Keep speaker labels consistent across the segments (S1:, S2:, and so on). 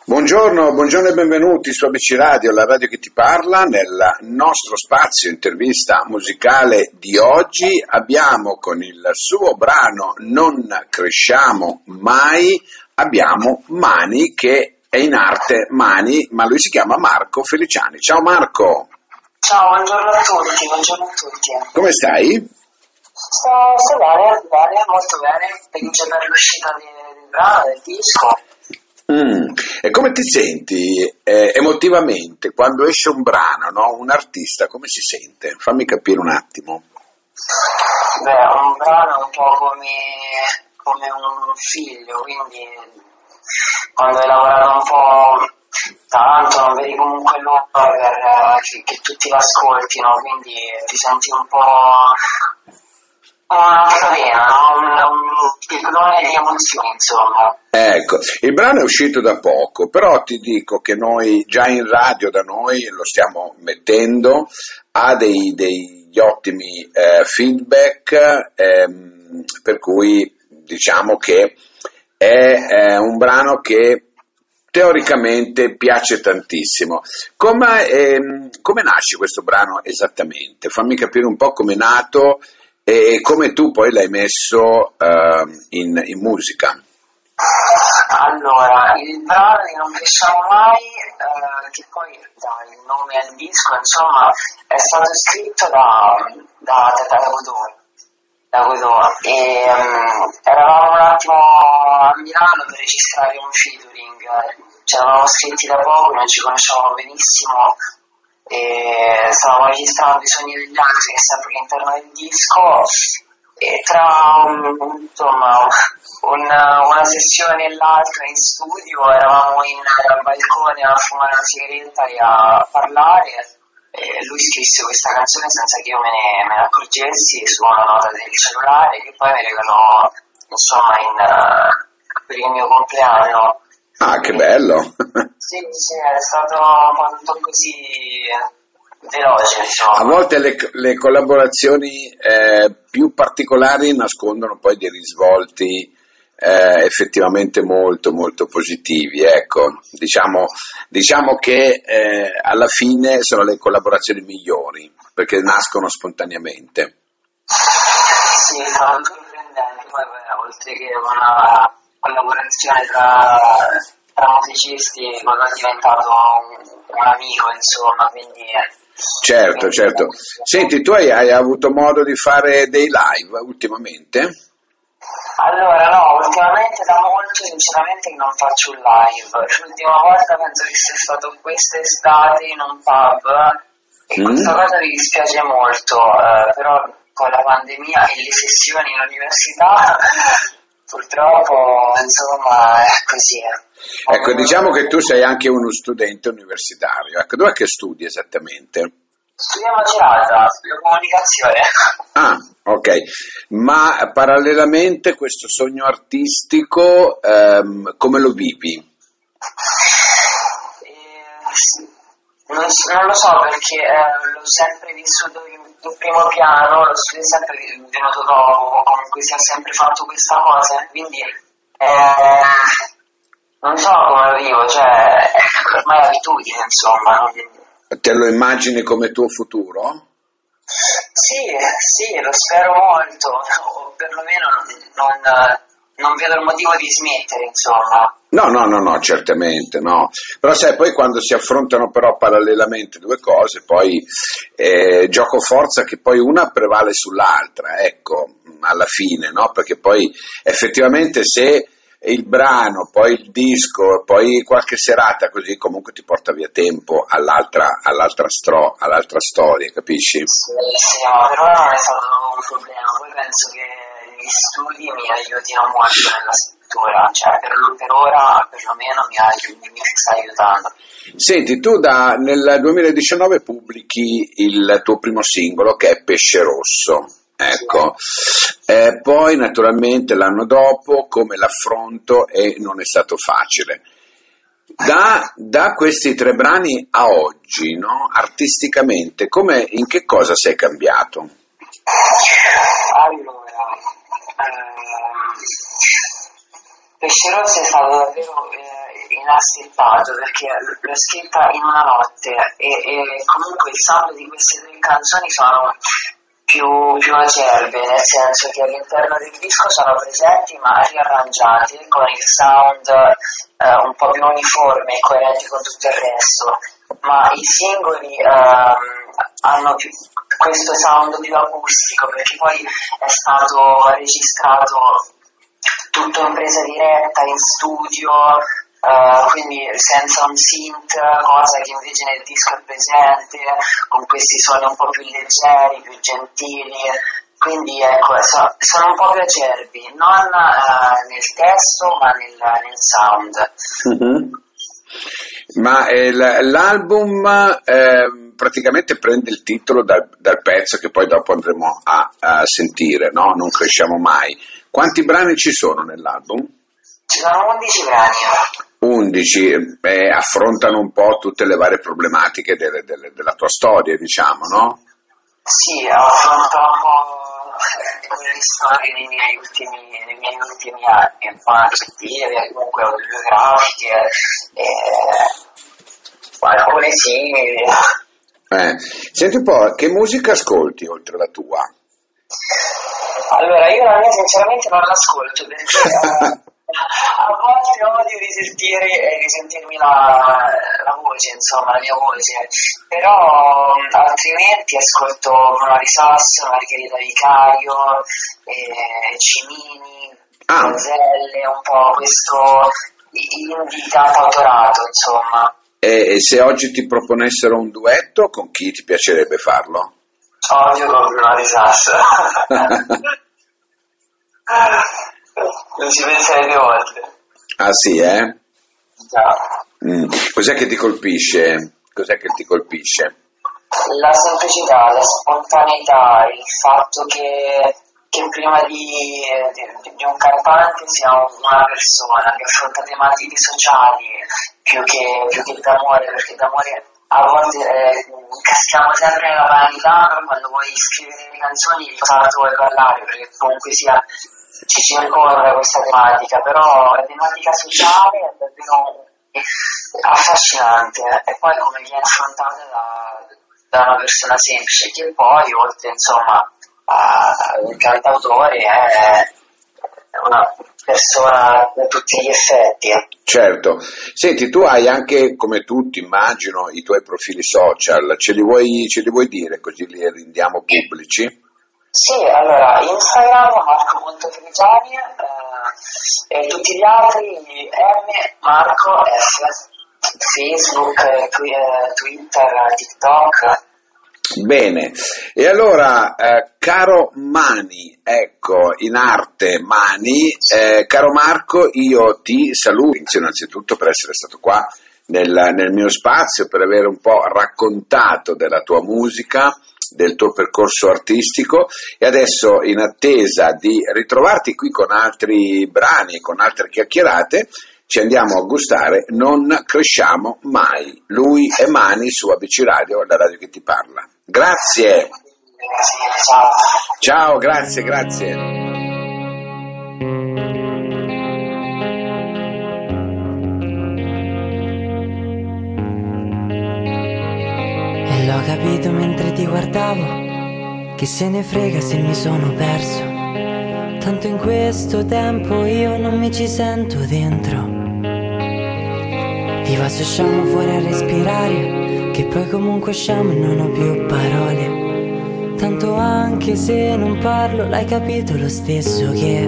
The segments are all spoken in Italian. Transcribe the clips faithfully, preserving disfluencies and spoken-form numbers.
S1: Buongiorno, buongiorno e benvenuti su A B C Radio, la radio che ti parla. Nel nostro spazio intervista musicale di oggi abbiamo con il suo brano Non cresciamo mai, abbiamo Mani, che è in arte Mani, ma lui si chiama Marco Feliciani. Ciao Marco!
S2: Ciao, buongiorno a tutti, buongiorno a tutti.
S1: Come stai?
S2: Sto, sto bene, bene, molto bene, felice per l'uscita di- del brano, del disco.
S1: Mm. E come ti senti eh, emotivamente quando esce un brano, no? Un artista come si sente? Fammi capire un attimo.
S2: Beh, un brano è un po' come, come un figlio, quindi quando hai lavorato un po' tanto non vedi comunque l'ora per eh, che, che tutti l'ascoltino, quindi ti senti un po' una catena, no? un, un ciclone di emozioni, insomma.
S1: Ecco, il brano è uscito da poco, però ti dico che noi già in radio da noi lo stiamo mettendo, ha dei, degli ottimi eh, feedback, ehm, per cui diciamo che è eh, un brano che teoricamente piace tantissimo. Come, ehm, come nasce questo brano esattamente? Fammi capire un po' come è nato e come tu poi l'hai messo ehm, in, in musica.
S2: Allora, il brano di Non cresciamo mai, eh, che poi dà il nome al disco, insomma, è stato scritto da, da, da, da Godot, da Godot, e um, eravamo un attimo a Milano per registrare un featuring, ci eravamo scritti da poco, non ci conoscevamo benissimo, e stavamo registrando i sogni degli altri, che è sempre all'interno del disco, e tra um, insomma una, una sessione e l'altra in studio eravamo in al balcone a fumare una sigaretta e a parlare, e lui scrisse questa canzone senza che io me ne, me ne accorgessi su una nota del cellulare, che poi mi regalò insomma in, uh, per il mio compleanno.
S1: Ah, che bello!
S2: Sì, sì, è stato un po' tutto così veloce, insomma.
S1: A volte le, le collaborazioni eh, più particolari nascondono poi dei risvolti eh, effettivamente molto molto positivi, ecco. Diciamo, diciamo che eh, alla fine sono le collaborazioni migliori, perché nascono spontaneamente.
S2: Sì, è stato sorprendente, poi beh, oltre che una collaborazione tra, tra musicisti, poi è diventato un, un amico, insomma, quindi...
S1: Certo, certo. Senti, tu hai, hai avuto modo di fare dei live ultimamente?
S2: Allora, no, ultimamente da molto sinceramente che non faccio un live. L'ultima volta penso che sia stato quest'estate in un pub e
S1: Mm.
S2: questa cosa mi dispiace molto, eh, però con la pandemia e le sessioni in università purtroppo insomma è così.
S1: Ecco, diciamo che tu sei anche uno studente universitario. Ecco, dov'è che studi esattamente?
S2: Studiamo a Macerata, studio comunicazione.
S1: Ah, ok. Ma parallelamente questo sogno artistico, ehm, come lo vivi?
S2: Eh, sì. Non, so- non lo so perché eh, l'ho sempre vissuto in, in primo piano, lo studio è sempre venuto dopo, comunque si è sempre fatto questa cosa, quindi eh, non so come lo vivo, cioè ormai è abitudine, insomma. non-
S1: Te lo immagini come tuo futuro?
S2: Sì, sì, lo spero molto, o perlomeno non, non, non vedo il motivo di smettere, insomma.
S1: No, no, no, no, certamente no. Però sai, poi quando si affrontano però parallelamente due cose, poi eh, gioco forza che poi una prevale sull'altra, ecco, alla fine, no? Perché poi effettivamente se il brano, poi il disco, poi qualche serata così comunque ti porta via tempo all'altra, all'altra, stro, all'altra storia, capisci?
S2: Sì, sì, ma per ora non è stato un problema, poi penso che gli studi mi aiutino molto nella scrittura, cioè per, per ora perlomeno mi, ai- mi sta aiutando.
S1: Senti, tu da, nel duemiladiciannove pubblichi il tuo primo singolo che è Pesce Rosso, ecco. Eh, poi naturalmente l'anno dopo come l'affronto e non è stato facile. Da, da questi tre brani a oggi, no? Artisticamente, come, in che cosa sei cambiato?
S2: Allora, ehm, Pesce Rosso è stato davvero eh, inaspettato, perché l'ho scritta in una notte e, e comunque il sound di queste tre canzoni sono più, più acerbe, nel senso che all'interno del disco sono presenti ma riarrangiati con il sound eh, un po' più uniforme e coerente con tutto il resto, ma i singoli eh, hanno più, questo sound più acustico, perché poi è stato registrato tutto in presa diretta, in studio, uh, quindi senza un synth, cosa che invece nel disco è presente, con questi suoni un po' più leggeri, più gentili, quindi ecco, so, sono un po' più acerbi, non uh, nel testo ma nel, nel sound.
S1: Mm-hmm. Ma eh, l'album eh, praticamente prende il titolo dal, dal pezzo che poi dopo andremo a, a sentire, no? Non cresciamo mai. Quanti brani ci sono nell'album?
S2: Ci sono undici brani.
S1: undici, eh, affrontano un po' tutte le varie problematiche delle, delle, della tua storia, diciamo, no?
S2: Sì, affrontano un po' quelle storie nei miei ultimi, nei miei ultimi anni, un po' affettive, comunque autobiografiche, e alcune simili.
S1: Eh. Senti un po', che musica ascolti oltre la tua?
S2: Allora, io la mia sinceramente non l'ascolto, perché a volte odio risentire e risentirmi la, la voce, insomma, la mia voce, però altrimenti ascolto Bruno Risas, Margherita Vicario, eh, Cimini,
S1: ah.
S2: Gonzelle, un po' questo indie cantautorato, insomma.
S1: E, e se oggi ti proponessero un duetto, con chi ti piacerebbe farlo?
S2: Odio con Bruno Risas. Non ci penserei due volte.
S1: Ah sì, eh?
S2: Già.
S1: Mm. Cos'è che ti colpisce? Cos'è che ti colpisce?
S2: La semplicità, la spontaneità, il fatto che, che prima di, di, di un cantante sia una persona che affronta tematiche sociali più che, più che d'amore, perché d'amore a volte eh, caschiamo sempre nella banalità, però quando vuoi scrivere le canzoni di cosa vuoi parlare, perché comunque sia ci circonda questa tematica, però la tematica sociale è davvero affascinante e poi come viene affrontata da, da una persona semplice, che poi oltre insomma a un cantautore è una persona a tutti gli effetti.
S1: Certo. Senti, tu hai anche, come tutti immagino, i tuoi profili social, ce li vuoi, ce li vuoi dire così li rendiamo pubblici?
S2: Sì, allora Instagram Marco.Frigiani eh, e tutti gli altri M Marco F, Facebook, twi- Twitter, TikTok.
S1: Bene, e allora eh, caro Mani, ecco, in arte Mani, eh, caro Marco, io ti saluto innanzitutto per essere stato qua nel, nel mio spazio, per aver un po' raccontato della tua musica, del tuo percorso artistico, e adesso in attesa di ritrovarti qui con altri brani, con altre chiacchierate, ci andiamo a gustare Non cresciamo mai. Lui è Mani su A B C Radio, la radio che ti parla. Grazie.
S2: Ciao.
S1: Ciao, grazie, grazie.
S3: E l'ho capito mentre ti guardavo, che se ne frega se mi sono perso, tanto in questo tempo io non mi ci sento dentro. Ti va se usciamo fuori a respirare, che poi comunque usciamo e non ho più parole, tanto anche se non parlo l'hai capito lo stesso che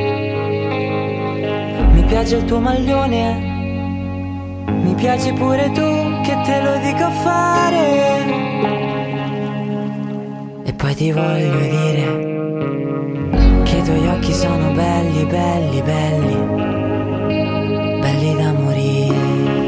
S3: mi piace il tuo maglione, mi piaci pure tu che te lo dico fare, e poi ti voglio dire che i tuoi occhi sono belli, belli, belli, belli da morire.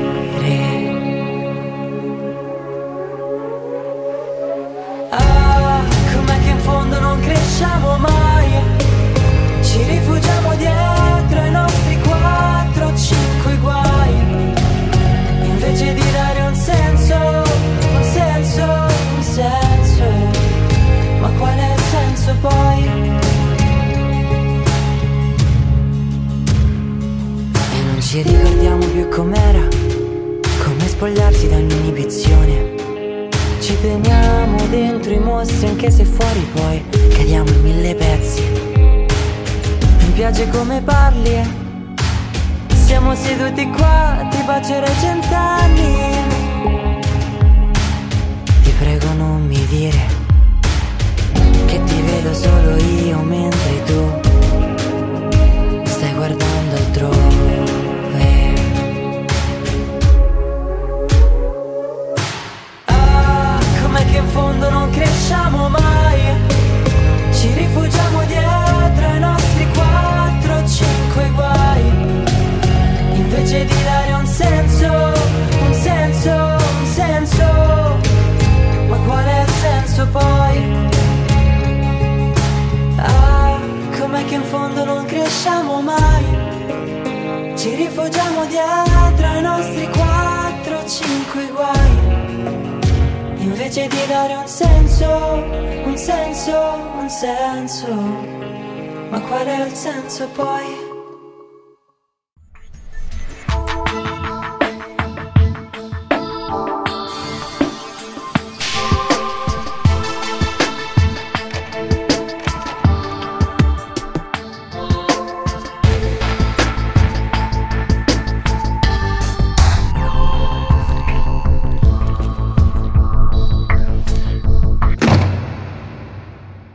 S3: Ah, com'è che in fondo non cresciamo mai, ci rifugiamo dietro ai nostri quattro o cinque guai, invece di dare un senso, un senso, un senso. Ma qual è il senso poi? siamo più com'era, come spogliarsi da un'inibizione. Ci teniamo dentro i mostri anche se fuori poi cadiamo in mille pezzi. Mi piace come parli, siamo seduti qua, ti bacerei cent'anni. Ti prego non mi dire che ti vedo solo io mentre tu stai guardando altrove. Ah, com'è che in fondo non cresciamo mai, ci rifugiamo dietro ai nostri quattro o cinque guai, invece di dare un senso, un senso, un senso. Ma qual è il senso poi? Ah, com'è che in fondo non cresciamo mai, ci rifugiamo dietro ai nostri quattro o cinque guai, invece di dare un senso, un senso, un senso. Ma qual è il senso poi?